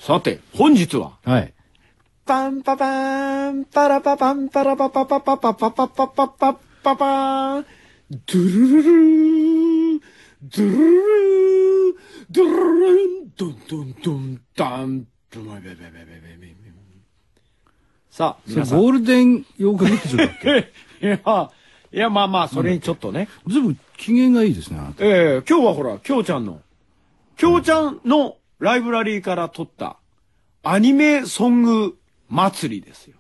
さて、本日は、 はい。 パンパパーン、パラパパン、パラパパパパパパパパパパパパーン、ドゥルルルー、ドゥルルルー、ドゥルルルン、ドンドンドンダン、さあ、皆さん。 ゴールデン洋画劇場だっけ？ いや、まあまあ、それにちょっとね。 ずいぶん機嫌がいいですね、あなた。 今日はほら、きょうちゃんのライブラリーから撮ったアニメソング祭りですよ。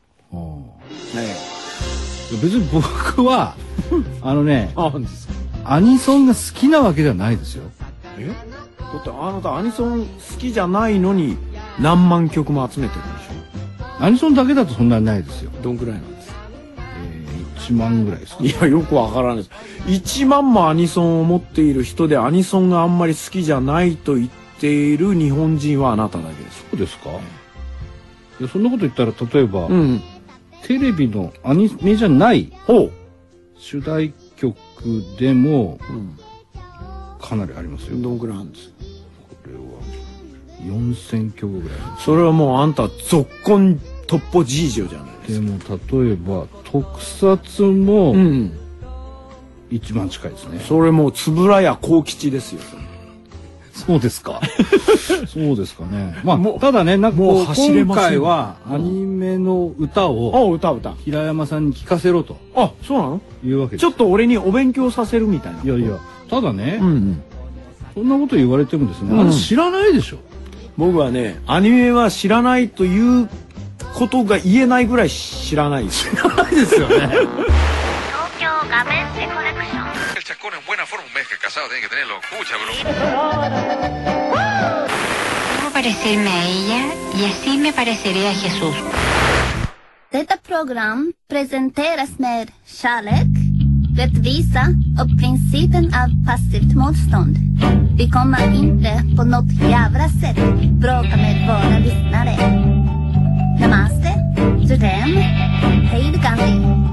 別に僕は何ですか？ アニソンが好きなわけではないですよ。 だってあなたアニソン好きじゃないのに何万曲も集めてるでしょ。アニソンだけだとそんなにないですよ。 どんぐらいなんですか ？1万ぐらいですか。 いや、よくわからないです。1万もアニソンを持っている人でアニソンがあんまり好きじゃないと言っている日本人はあなただけです。 そうですか？いや、そんなこと言ったら例えば、テレビのアニメじゃない主題曲でも、かなりありますよ。 どんぐらいあるんですか？ これは4000曲ぐらい。 それはもうあんたぞっこんトッポジージョじゃないですか。 でも例えば特撮も1万近いですね。 それもう円谷幸吉ですよ。 そうですか。そうですかね。まあただね、なんか今回はアニメの歌を平山さんに聞かせろと。 あ、そうなの？ いうわけです。 ちょっと俺にお勉強させるみたいな。 いやいや、ただね、そんなこと言われてもですね、あれ知らないでしょ。 僕はね、アニメは知らないということが言えないぐらい知らないです。 知らないですよね。 東京画面でコネクション。El chascón en buena forma, un mes que casado tiene que tenerlo. Escucha, bro. Debo parecerme a ella y así me pareceré a Jesús. Detta program presenteras med kärlek, rättvisa och principen av passivt motstånd. Vi kommer inte på något jävla sätt bråka med våra lyssnare. Namaste, Judem, hej Gandhi.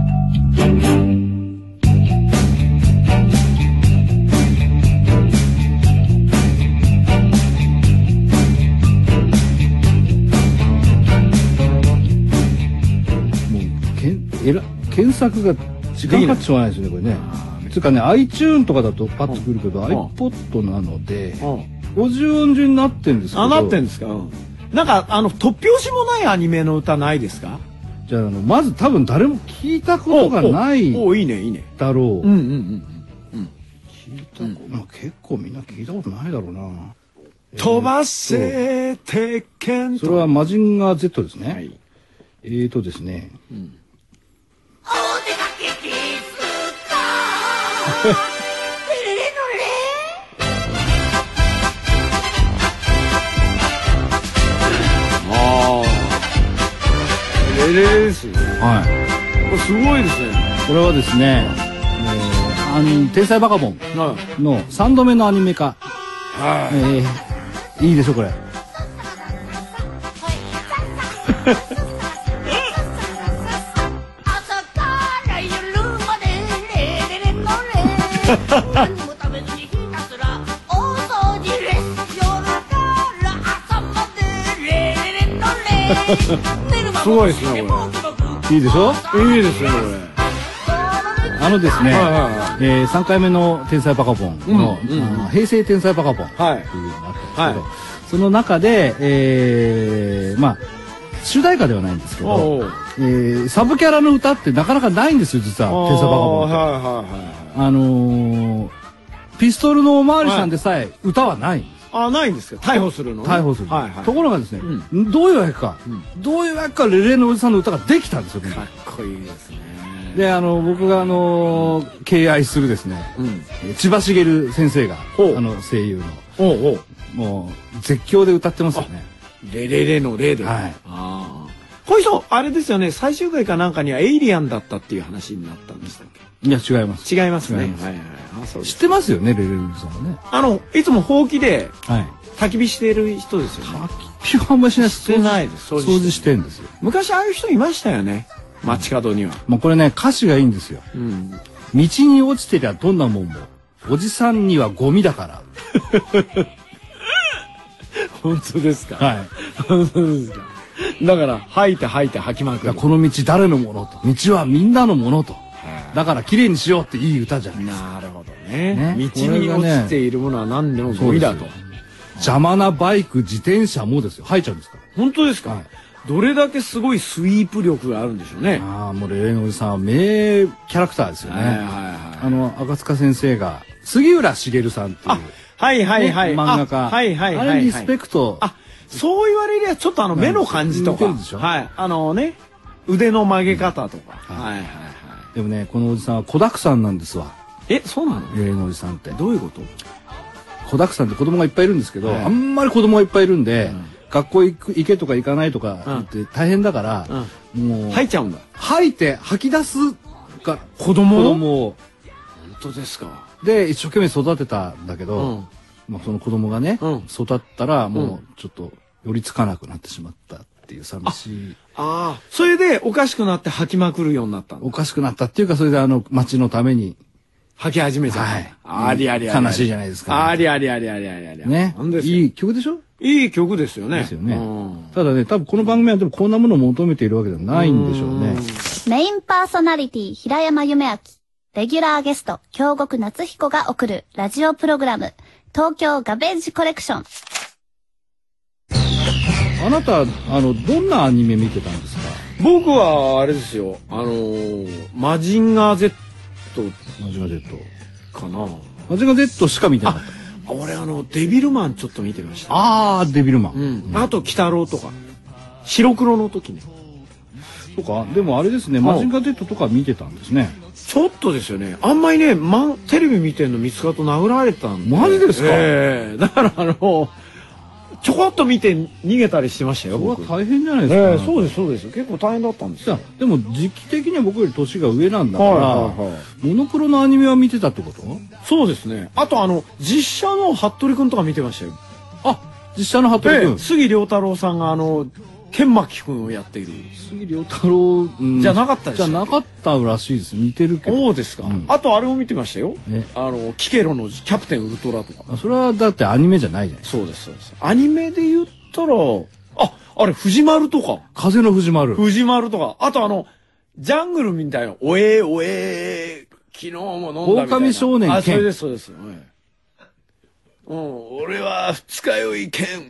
検索が時間かかってしまわないですよね、これね。つうかね、iTune とかだとパッとくるけど、iPod なので、50音順になってんですけど。 なってんですか？なんか、突拍子もないアニメの歌ないですか？ じゃあ、まず多分誰も聞いたことがないだろう。 いいね。 聞いたこと、結構みんな聞いたことないだろうな。 飛ばせ、鉄拳それはマジンガー Z ですね。ですね。 お出かけキスかレレです。 はい。 これすごいですね。 これはですね、天才バカボンの3度目のアニメ化。いいでしょこれ。 すごいですねこれ。 いいでしょ？ いいですねこれ。 ですね、3回目の天才バカボンの平成天才バカボンっていうのがあったんですけど、その中でまあ主題歌ではないんですけど、サブキャラの歌ってなかなかないんですよ実は天才バカボンって。ピストルのおまわりさんでさえ歌はない。 ないんですか？逮捕するの？ 逮捕する。ところがですね、どういうわけかレレのおじさんの歌ができたんですよ。 かっこいいですね。 で僕が敬愛するですね、千葉茂先生が声優のもう絶叫で歌ってますよね。 レレレのレで。こういう人あれですよね、最終回かなんかにはエイリアンだったっていう話になったんでしたっけ？ いや違います。 違いますね。 知ってますよねレレレさんはね。 いつもほうきで焚き火している人ですよね。 焚き火はあんまりしない。 してないです。 掃除してんですよ。 昔ああいう人いましたよね。街角には。 もうこれね歌詞がいいんですよ。道に落ちてりゃどんなもんもおじさんにはゴミだから。 本当ですか。 はい。 本当ですか。だから吐いて吐いて吐きまくる。 この道誰のものと、道はみんなのものと。だから綺麗にしようっていい歌じゃないですか。 なるほどね。道に落ちているものは何でもゴミだと。 邪魔なバイク、自転車もですよ。吐いちゃうんですから。 本当ですか。どれだけすごいスイープ力があるんでしょうね。 ああ、もう霊のおじさんは名キャラクターですよね。赤塚先生が杉浦茂さんっていう。 はいはいはい。 漫画家。 はいはいはい。 あれリスペクト。 あ、そう言われりゃちょっと目の感じとか。はい。ね、腕の曲げ方とか。はいはいはい。 でもね、このおじさんは子だくさんなんですわ。 そうなの？ 霊のおじさんって。 どういうこと？ 子だくさんって子供がいっぱいいるんですけど、あんまり子供がいっぱいいるんで、学校行けとか行かないとか言って大変だから、もう吐いちゃうんだ。 吐いて吐き出すか子供を。 本当ですか。 で一生懸命育てたんだけど、その子供がね、育ったらもうちょっと寄りつかなくなってしまったっていう寂しい。 ああ、それでおかしくなって吐きまくるようになったんだ。 おかしくなったっていうか、それで町のために吐き始めちゃう。はい。ありありあり。 悲しいじゃないですか。 ありありありありありあり。 ね。いい曲でしょ？ いい曲ですよね。 ですよね。ただね、多分この番組はでもこんなものを求めているわけではないんでしょうね。 メインパーソナリティ平山夢明、レギュラーゲスト京極夏彦が送るラジオプログラム東京ガベージコレクション。 あなたどんなアニメ見てたんですか？ 僕はあれですよ。マジンガー Z。 マジンガー Z かな。 マジンガー Z しか見てなかった。 俺デビルマンちょっと見てました。 ああ、デビルマン。 あと鬼太郎とか白黒の時ね。 そうか。でもあれですね、マジンガー Z とか見てたんですね。 ちょっとですよね。あんまりね、テレビ見てんの見つかると殴られたんで。 マジですか？ だからちょこっと見て逃げたりしてましたよ。 僕は大変じゃないですか。 そうですそうです。結構大変だったんですよ。 でも時期的には僕より年が上なんだから、モノクロのアニメは見てたってこと？ そうですね。あと実写の服部くんとか見てましたよ。 あ、実写の服部くん。 杉良太郎さんが剣巻くんをやっている。 杉良太郎じゃなかったです。 じゃなかったらしいです。似てるけど。 そうですか。あとあれを見てましたよ。キケロのキャプテンウルトラとか。 それはだってアニメじゃないじゃない。 そうですそうです。アニメで言ったらあれ藤丸とか。 風の藤丸。 藤丸とか。あとジャングルみたいなおえ昨日も飲んだみたいな。 狼少年剣。 それですそうです。俺は二日酔い剣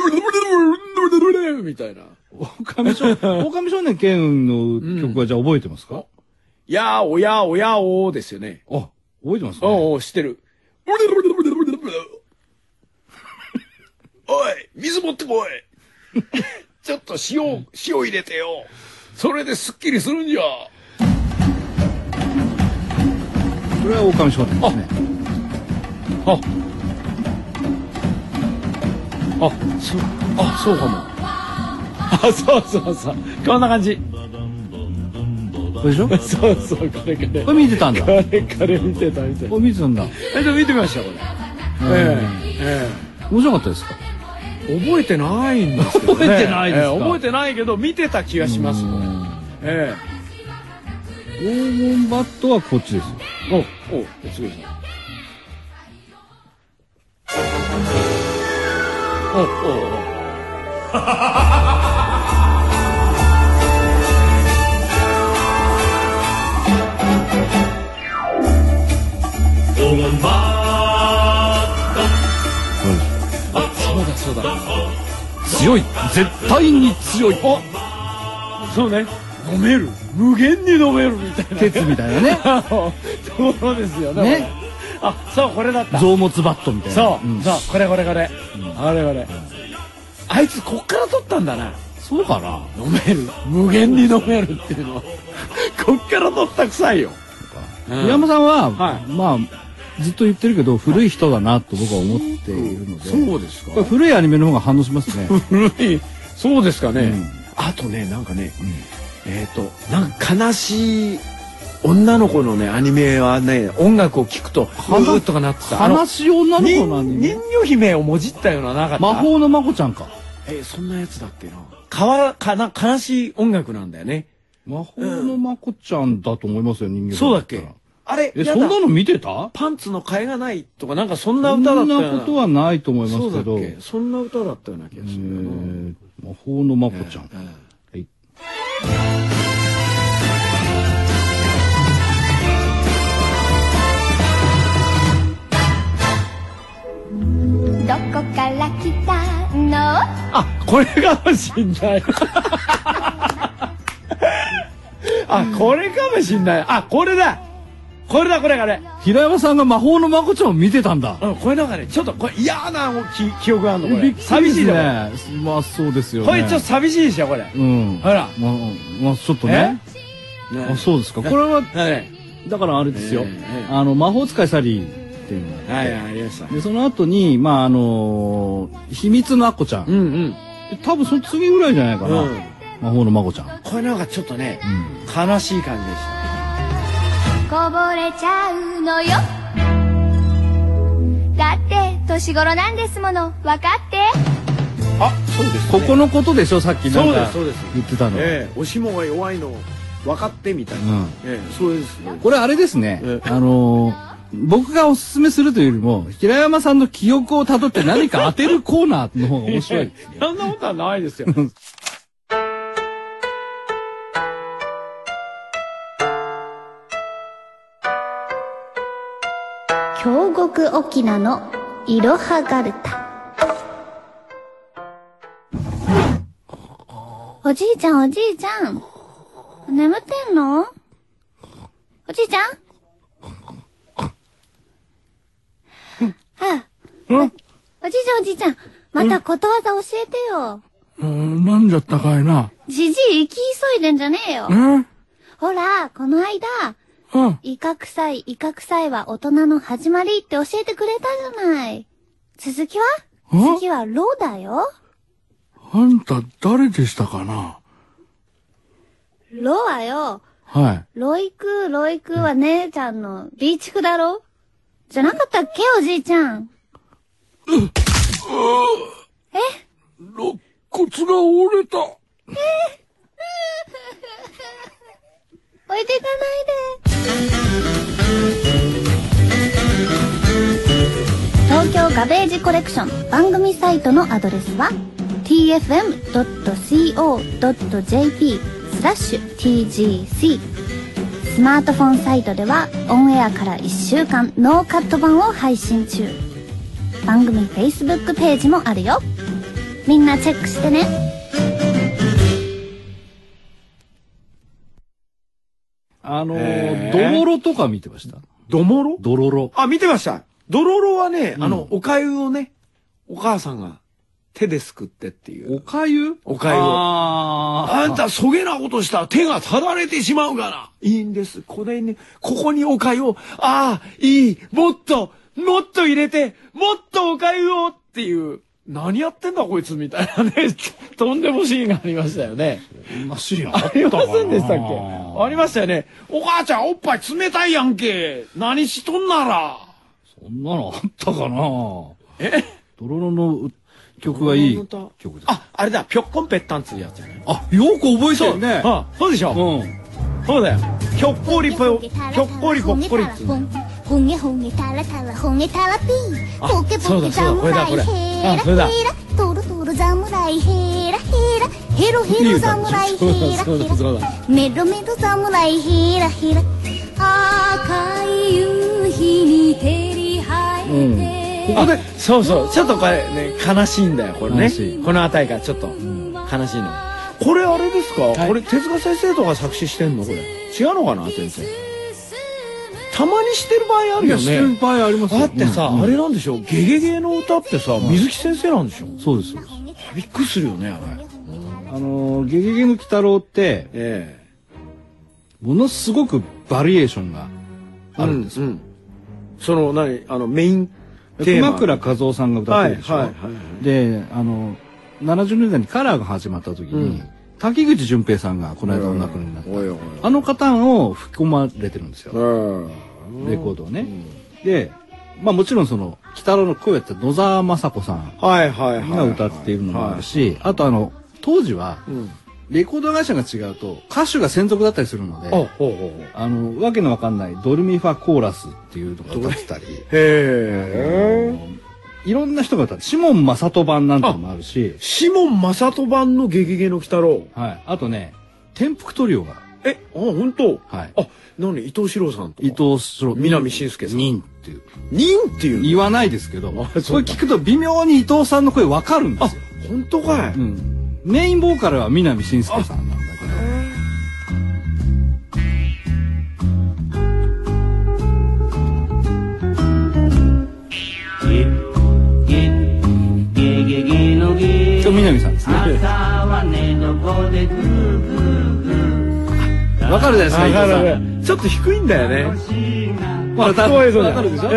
みたいな。 狼少年剣の曲はじゃあ覚えてますか？ やーおやーおやーおーですよね。 あ、覚えてますね。 知ってる。おい、水持ってこい。ちょっと塩入れてよ。それですっきりするんじゃ。 これは狼少年ですね。 そうかも。そう。こんな感じ。 これでしょ？ そう、これ。 これ見てたんだ。 これ見てた。 これ見てたんだ。 見てました、これ。 面白かったですか？ 覚えてないんですけどね。 覚えてないですか？ 覚えてないけど、見てた気がします。黄金バットはこっちですよ。 すごいですね。そうだ。 強い、絶対に強い。 そうね。飲める、無限に飲めるみたいな。 鉄みたいなね。 そうですよね。そう、これだった。 臓物バットみたいな。 そう、これ。あれ。あいつこっから取ったんだな。 そうかな。 飲める、無限に飲めるっていうのはこっから取ったくさいよ。 宮山さんはまあずっと言ってるけど古い人だなと僕は思っているので。 そうですか。 古いアニメの方が反応しますね。 古い、そうですかね。あとね、なんかね、なんか悲しい女の子のねアニメはね、音楽を聴くとうーっとかなってた。 悲しい女の子のアニメ。 人魚姫をもじったようななかった。 魔法のまこちゃんか。 そんなやつだっけな。悲しい音楽なんだよね。 魔法のまこちゃんだと思いますよ、人魚姫。 そうだっけ。 あれ、 そんなの見てた？ パンツの替えがないとか、なんかそんな歌だったような。 そんなことはないと思いますけど。 そんな歌だったような気がする。 魔法のまこちゃん。はい。 どこから来たの？ あ、これかもしんない。あ、これかもしんない。あ、これだ。これ。 平山さんが魔法のまこちゃんを見てたんだ。 これなんかね、ちょっとこれ嫌な記憶があるのこれ。寂しいね。 まあそうですよね。 これちょっと寂しいでしょこれ。 うん。 ほら。 まあちょっとね。あ、そうですか。これはだからあれですよ。魔法使いサリーっていうのがありました。でその後にまあ秘密のアッコちゃん。多分その次ぐらいじゃないかな。魔法のまこちゃん。 これなんかちょっとね、悲しい感じでした。 こぼれちゃうのよ。だって年頃なんですもの、分かって。 あ、そうです。 ここのことでしょ、さっきなんか言ってたの。 おしもが弱いの分かってみたいな。そうです。 これあれですね。僕がおすすめするというよりも平山さんの記憶をたどって何か当てるコーナーの方が面白いですね。 そんなことはないですよ。 京極沖縄のいろはガルタ。おじいちゃん、眠ってんの？おじいちゃん？おじいちゃん、またことわざ教えてよ。 なんじゃったかいな。 じじい、行き急いでんじゃねえよ。ほら、この間、イカ臭いは大人の始まりって教えてくれたじゃない。続きは？次はロだよ。 あんた誰でしたかな？ ロはよ。 はい。 ロイクは姉ちゃんのビーチクだろ？じゃなかったっけ、おじいちゃん。 肋骨が折れた。 置いていかないで。東京ガベージコレクション番組サイトのアドレスは tfm.co.jp/tgc。 スマートフォンサイトではオンエアから1週間ノーカット版を配信中。番組 Facebook ページもあるよ。みんなチェックしてね。 ドロロとか見てました？ ドロロ。あ、見てました。ドロロはね、お粥をね、お母さんが手ですくってっていう。 お粥を。あんたそげなことしたら手がただれてしまうがな。いいんです。これね、ここにお粥を、いい、もっと入れて、もっとお粥をっていう。何やってんだこいつみたいなね、とんでもシーンがありましたよね。 ありませんでしたっけ？ありましたよね。お母ちゃんおっぱい冷たいやんけ。何しとんなら。 そんなのあったかな。ドロロの曲がいい曲です。 あれだ、ぴょっこんぺったんつうやつじゃない。 よく覚えてるね。 そうでしょ。そうだよ。ひょっこりぽっこりっつうの。 ほげほげたらたらほげたらピー。ポケポケ侍ヘラヘラ。トロトロ侍ヘラヘラ。ヘロヘロ侍ヘラヘラ。メロメロ侍ヘラヘラ。赤い夕日に照り生えて。 ここでそう、ちょっとこれね、悲しいんだよこれね。このあたりがちょっと悲しいの。これあれですか？これ手塚先生とか作詞してんの？これ違うのかな先生。たまにしてる場合あるよね。 してる場合ありますよ。 だってさ、あれなんでしょう。ゲゲゲの歌ってさ、水木先生なんでしょ。 そうです。 びっくりするよねあれ。 ゲゲゲの鬼太郎って、ものすごくバリエーションがあるんですよ。 そのメインテーマ。 熊倉和夫さんが歌ってるでしょ。で、70年代にカラーが始まった時に、滝口純平さんがこの間お亡くなりになったあの方を吹き込まれてるんですよ、レコードをね。で、もちろんその鬼太郎の声って野沢雅子さんが歌っているのもあるし、あと当時はレコード会社が違うと歌手が専属だったりするので、わけのわかんないドルミファコーラスっていうのが歌ってたり、いろんな人が歌って、シモン・マサト版なんてのもあるし、 シモン・マサト版のゲゲゲの鬼太郎。 はい。あとね、天福トリオが。 本当。 はい。 伊藤四郎さんとか。 伊藤四郎。 南信介さん。 忍っていう。 忍っていう。 言わないですけど、これ聞くと微妙に伊藤さんの声わかるんですよ。 本当かい。 メインボーカルは南信介さんなんだけど。南さんですね。わかるじゃないですか。 ちょっと低いんだよね。 わかるでしょ。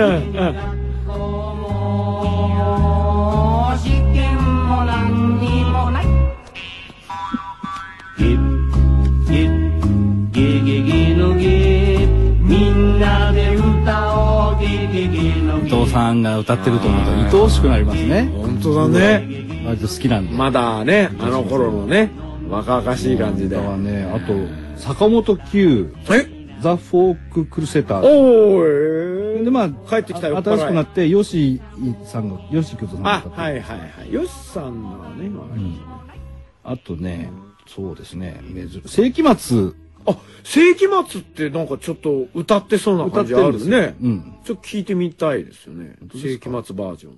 伊藤さんが歌ってると思うと愛おしくなりますね。 本当だね。 割と好きなんで。 まだね、あの頃のね、若々しい感じで。 あと坂本九、ザ・フォーク・クルセター。で帰ってきたよ。 新しくなって吉さんが吉京都さんが歌って。 はい。吉さんのね。 あとね、そうですね。世紀末。 世紀末ってなんかちょっと歌ってそうな感じあるね。ちょっと聞いてみたいですよね。世紀末バージョン。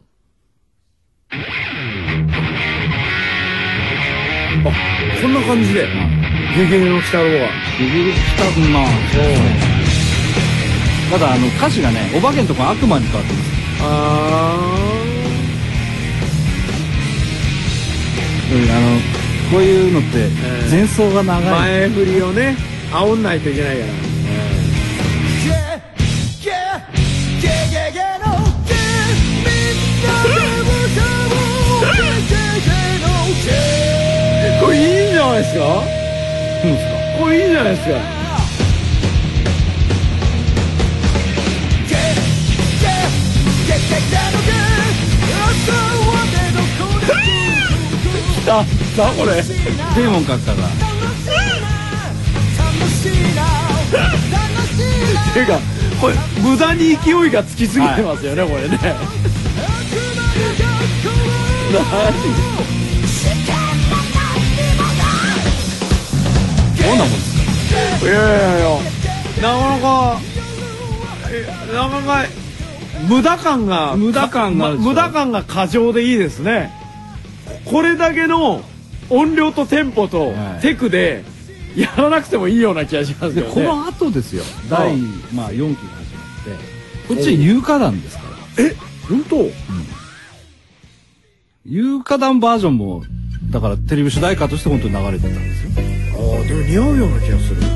こんな感じで。ゲゲゲの鬼太郎は。 ゲゲゲ鬼太郎、ただ歌詞がね、お化けのとこ悪魔に変わってます。こういうのって前奏が長い。 前振りをね、煽んないといけないから。これいいんじゃないですか。これいいじゃないですか。これデーモン閣下がていうかこれ無駄に勢いがつきすぎてますよね、これね。 どんなもんですか。 いやなかなか無駄感が過剰でいいですね。これだけの音量とテンポとテクでやらなくてもいいような気がしますよね。 この後ですよ。第4期が始まって、こっち有価団ですから。 本当？ 有価団バージョンもだからテレビ主題歌として本当に流れてたんですよ。 でも似合うような気がする。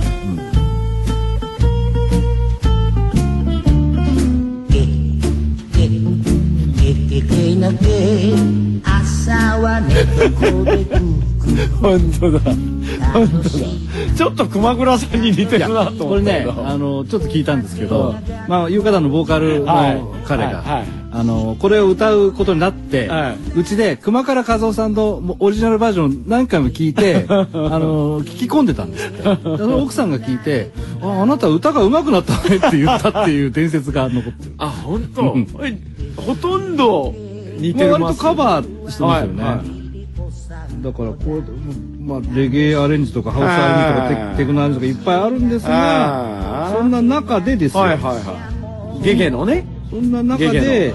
本当だ。ちょっと熊倉さんに似てるなと思って。 これね、ちょっと聞いたんですけど、有価団のボーカルの彼がこれを歌うことになって、うちで熊倉和夫さんのオリジナルバージョン何回も聞いて聞き込んでたんですって。その奥さんが聞いて、あなた歌が上手くなったねって言ったっていう伝説が残ってる。 本当。ほとんど似てる。 割とカバーしてますよね。だからこうレゲエアレンジとかハウスアレンジとかテクノアレンジとかいっぱいあるんですが、そんな中でですよ。 ゲゲのね。 そんな中で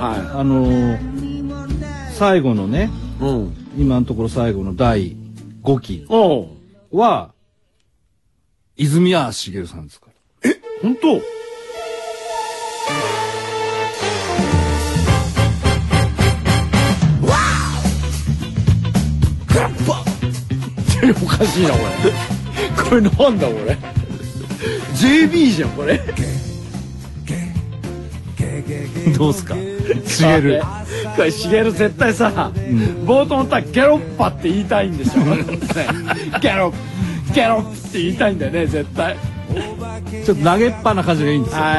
最後のね、今のところ最後の第5期は泉谷しげるさんですから。 本当？おかしいなこれ。これなんだこれ。JB じゃんこれ。 どうすか。しげる。 これしげる絶対さ、冒頭の歌ゲロッパって言いたいんでしょ。ゲロッって言いたいんだよね絶対。 ちょっと投げっぱな感じがいいんですよ。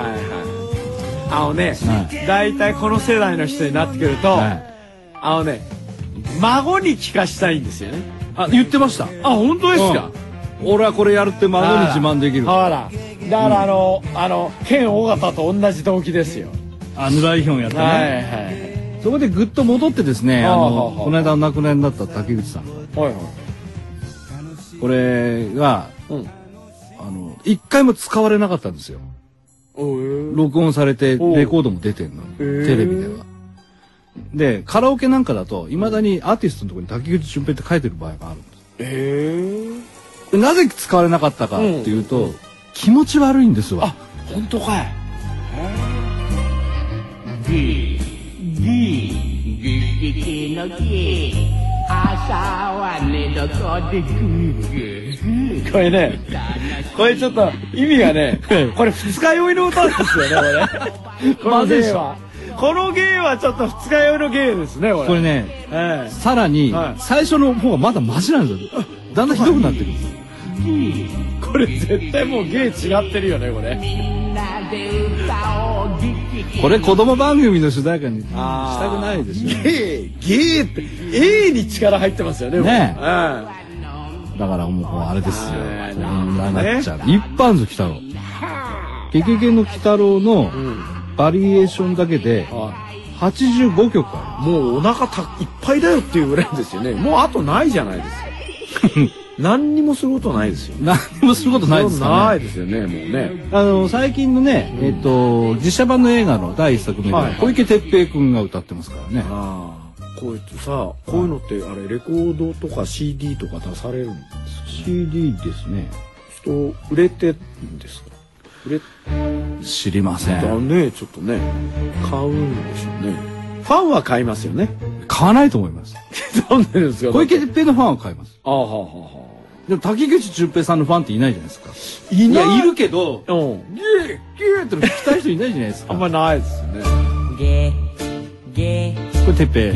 だいたいこの世代の人になってくると、孫に聞かしたいんですよね。 言ってました。 あ、本当ですか。 俺はこれやるって孫に自慢できる。 ほら、だからケン・尾形と同じ動機ですよ。 ヌライヒョンやったね。そこでぐっと戻ってですね、この間お亡くなりになった竹口さんが、これが一回も使われなかったんですよ。録音されてレコードも出てんの、テレビでは。でカラオケなんかだといまだにアーティストのところに竹内俊平って書いてる場合があるんです。なぜ使われなかったかっていうと、気持ち悪いんですわ。 あ、本当かい。これね、これちょっと意味がね、これ二日酔いの歌ですよね、これ。この芸は。この芸はちょっと二日酔いの芸ですね、 これね。さらに最初の方がまだマシなんですよ。だんだんひどくなってるんですよ。 これ絶対もう芸違ってるよね、これ。 これ子供番組の主題歌にしたくないですよ。 芸って A に力入ってますよね。 ね。だからもうあれですよ。こんななっちゃう。一般族鬼太郎。ゲゲゲの鬼太郎のバリエーションだけで85曲ある。 もうお腹いっぱいだよっていうぐらいですよね。もうあとないじゃないですか。何にもすることないですよ。 何にもすることないですかね。 ないですよね、もうね。 最近のね、実写版の映画の第一作目で小池徹平くんが歌ってますからね。 こうやってさ、こういうのってあれレコードとか CD とか出されるんですか。 CD ですね。 売れてるんですか。 知りません。 だね、ちょっとね、買うんでしょうね。ファンは買いますよね。 買わないと思います。 なんでですか。 小池徹平のファンは買います。でも竹口淳平さんのファンっていないじゃないですか。いや、いるけど、ゲーって聞きたい人いないじゃないですか。 あんまないですよね。 これ徹平。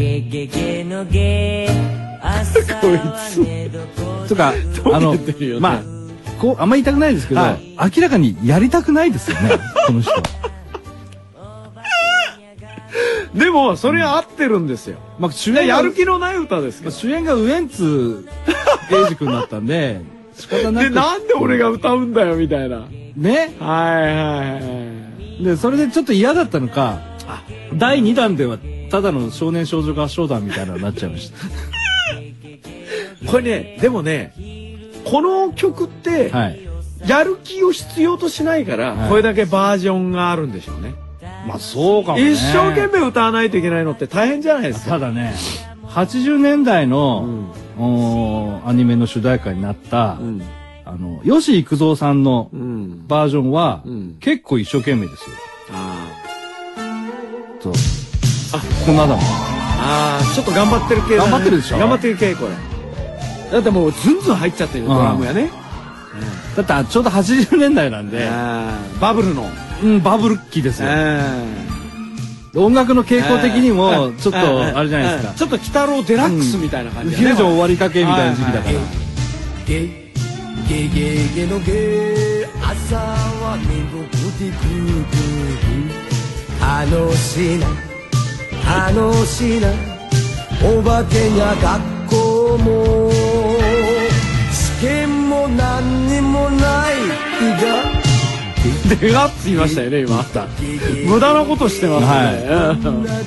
こいつ。とか、まあ、あんまり言いたくないですけど、明らかにやりたくないですよね、この人。 でもそれ合ってるんですよ。主演やる気のない歌ですけど、 主演がウエンツ瑛士君だったんで仕方なく。 でなんで俺が歌うんだよみたいなね。でそれでちょっと嫌だったのか、第2弾ではただの少年少女合唱団みたいなのになっちゃいました。 これね、でもね、この曲ってやる気を必要としないから、これだけバージョンがあるんでしょうね。 まあそうかもね。 一生懸命歌わないといけないのって大変じゃないですか。 ただね、80年代の、アニメの主題歌になった、吉幾三さんのバージョンは、結構一生懸命ですよ。そう。こんなだもん。 ちょっと頑張ってる系だね。 頑張ってるでしょ。 頑張ってる系これ。だってもうズンズン入っちゃってるドラムやね。 だってちょうど80年代なんで、 バブルの。 バブル期ですよ。音楽の傾向的にもちょっとあれじゃないですか。 ちょっと鬼太郎デラックスみたいな感じ。 フュージョン終わりかけみたいな時期だから。 ゲゲゲゲのゲ、朝は寝心地くる。楽しな楽しな、お化けが学校も試験も何にもない日が。 デガッツ言いましたよね、今。無駄なことしてますね。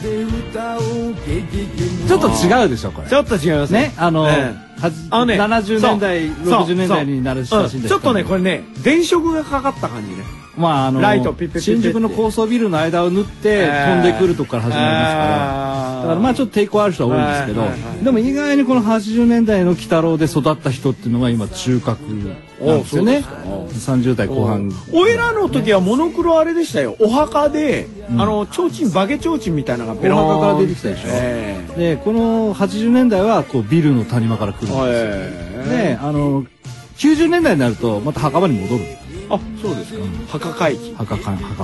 ちょっと違うでしょ、これ。 ちょっと違いますね。 70年代、60年代になる写真です。 ちょっとね、これね、電飾がかかった感じね。 まあライトピッピッピッピッ新宿の高層ビルの間を縫って飛んでくるとこから始まりますから、だからまあちょっと抵抗ある人は多いんですけど、でも意外にこの80年代の鬼太郎で育った人っていうのが今中核なんですよね。30代後半。 俺らの時はモノクロあれでしたよ。お墓で提灯化け提灯みたいなのがお墓から出てきたでしょ。でこの80年代はこうビルの谷間から来るんですよ。で90年代になるとまた墓場に戻る。 あ、そうですか。墓回帰。 墓系のね。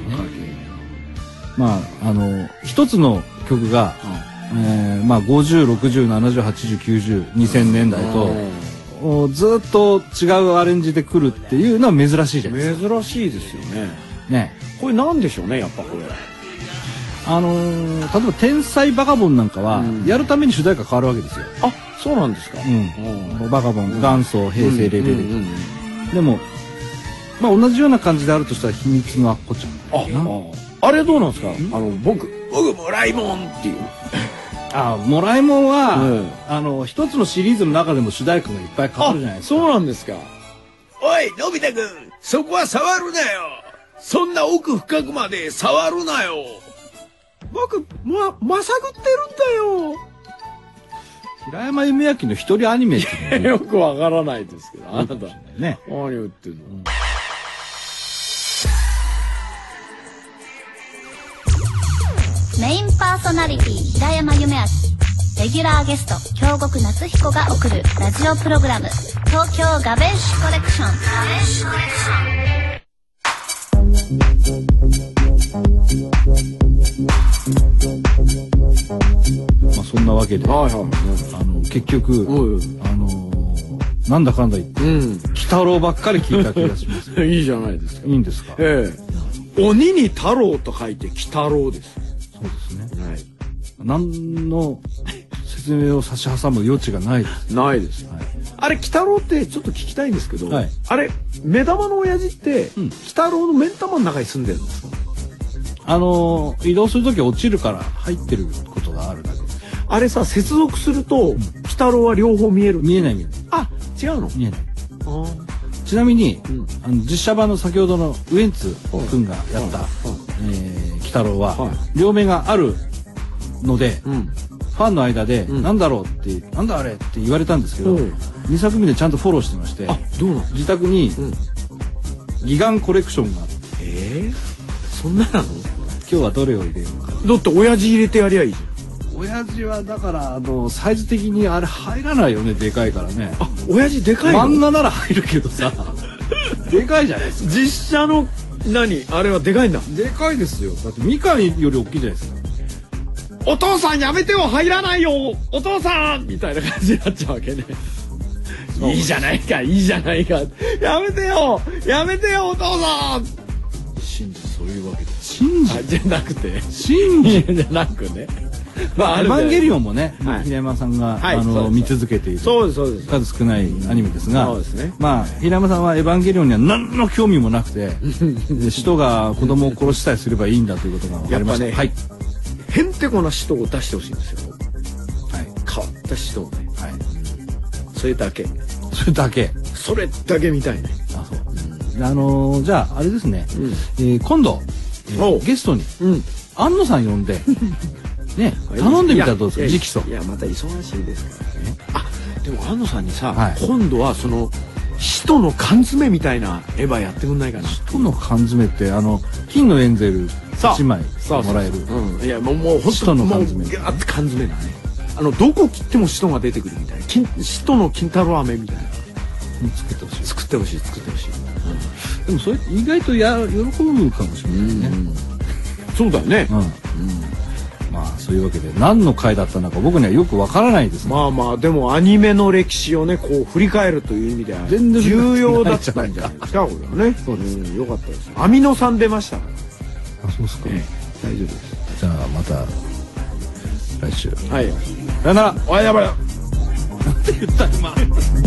まあ一つの曲が、まあ50、60、70、80、90、2000年代とずっと違うアレンジで来るっていうのは珍しいじゃないですか。 珍しいですよね。 ね。 これなんでしょうね、やっぱこれ。 例えば天才バカボンなんかはやるために主題歌変わるわけですよ。 あ、 そうなんですか。 バカボン、元祖、平成レベル。でも、まあ同じような感じであるとしたら秘密のアッコちゃん。 あれどうなんですか。僕もらいもんっていう。 もらいもんは、一つのシリーズの中でも主題歌がいっぱい変わるじゃないですか。 そうなんですか。おい、のび太くん、そこは触るなよ。そんな奥深くまで触るなよ。僕、まさぐってるんだよ。 平山夢明の一人アニメってよくわからないですけど、あなた。 ね。 何言ってんの。 メインパーソナリティ平山夢明、レギュラーゲスト京極夏彦が送るラジオプログラム東京ガベッシュコレクション。 まあそんなわけで、結局なんだかんだ言って鬼太郎ばっかり聞いた気がします。 いいじゃないですか。 いいんですか。 鬼に太郎と書いて鬼太郎です。 そうですね。はい。何の説明を差し挟む余地がないです。 ないです。あれ鬼太郎ってちょっと聞きたいんですけど、あれ目玉の親父って鬼太郎の目ん玉の中に住んでるんですか。 移動するとき落ちるから入ってることがあるだけ。 あれさ、接続すると鬼太郎は両方見える。 見えない見えない。 あ、違うの。 見えない。ちなみに実写版の先ほどのウエンツ君がやった鬼太郎は両目があるので、ファンの間でなんだろうってなんだあれって言われたんですけど、2作目でちゃんとフォローしてまして、自宅にギガンコレクションがあって。 そんなの。 今日はどれを入れようか。 だって親父入れてやりゃいいじゃん。 親父はだからサイズ的にあれ入らないよね、でかいからね。 親父でかいの。 漫画なら入るけどさでかいじゃないですか。 実写のあれはでかいんだ。 でかいですよ。だってみかんより大きいじゃないですか。 お父さんやめてよ、入らないよお父さんみたいな感じになっちゃうわけね。いいじゃないか、いいじゃないか。やめてよお父さん。真実そういうわけです。真実じゃなくて真実じゃなくね。 まあ、エヴァンゲリオンもね、平山さんが見続けている数少ないアニメですが、まあ平山さんはエヴァンゲリオンには何の興味もなくて、使徒が子供を殺したりすればいいんだということが分かりました。 やっぱね、へんてこな使徒を出してほしいんですよ。変わった使徒をね。それだけ。それだけみたいね。 じゃああれですね。今度ゲストに安野さん呼んで。ね、頼んでみたらどうですか、直訴。 いや、また忙しいですからね。あ、でも安野さんにさ、今度はその使徒の缶詰みたいなエヴァやってくんないかな。 使徒の缶詰って金のエンゼル1枚もらえる。 いや、もう本当にもうガーッと缶詰だね。どこ切っても使徒が出てくるみたいな。使徒の金太郎飴みたいな。作ってほしい。 でもそれ意外と喜ぶかもしれないね。 そうだよね。 まあそういうわけで何の回だったのか僕にはよくわからないです。 まあまあでもアニメの歴史をねこう振り返るという意味では重要だったんじゃないですか。これはね。そうです。よかったです。アミノ酸出ましたから。 あ、そうですか。 大丈夫です。 じゃあまた来週。 はい。 さよなら。 おやばい。 なんて言った今。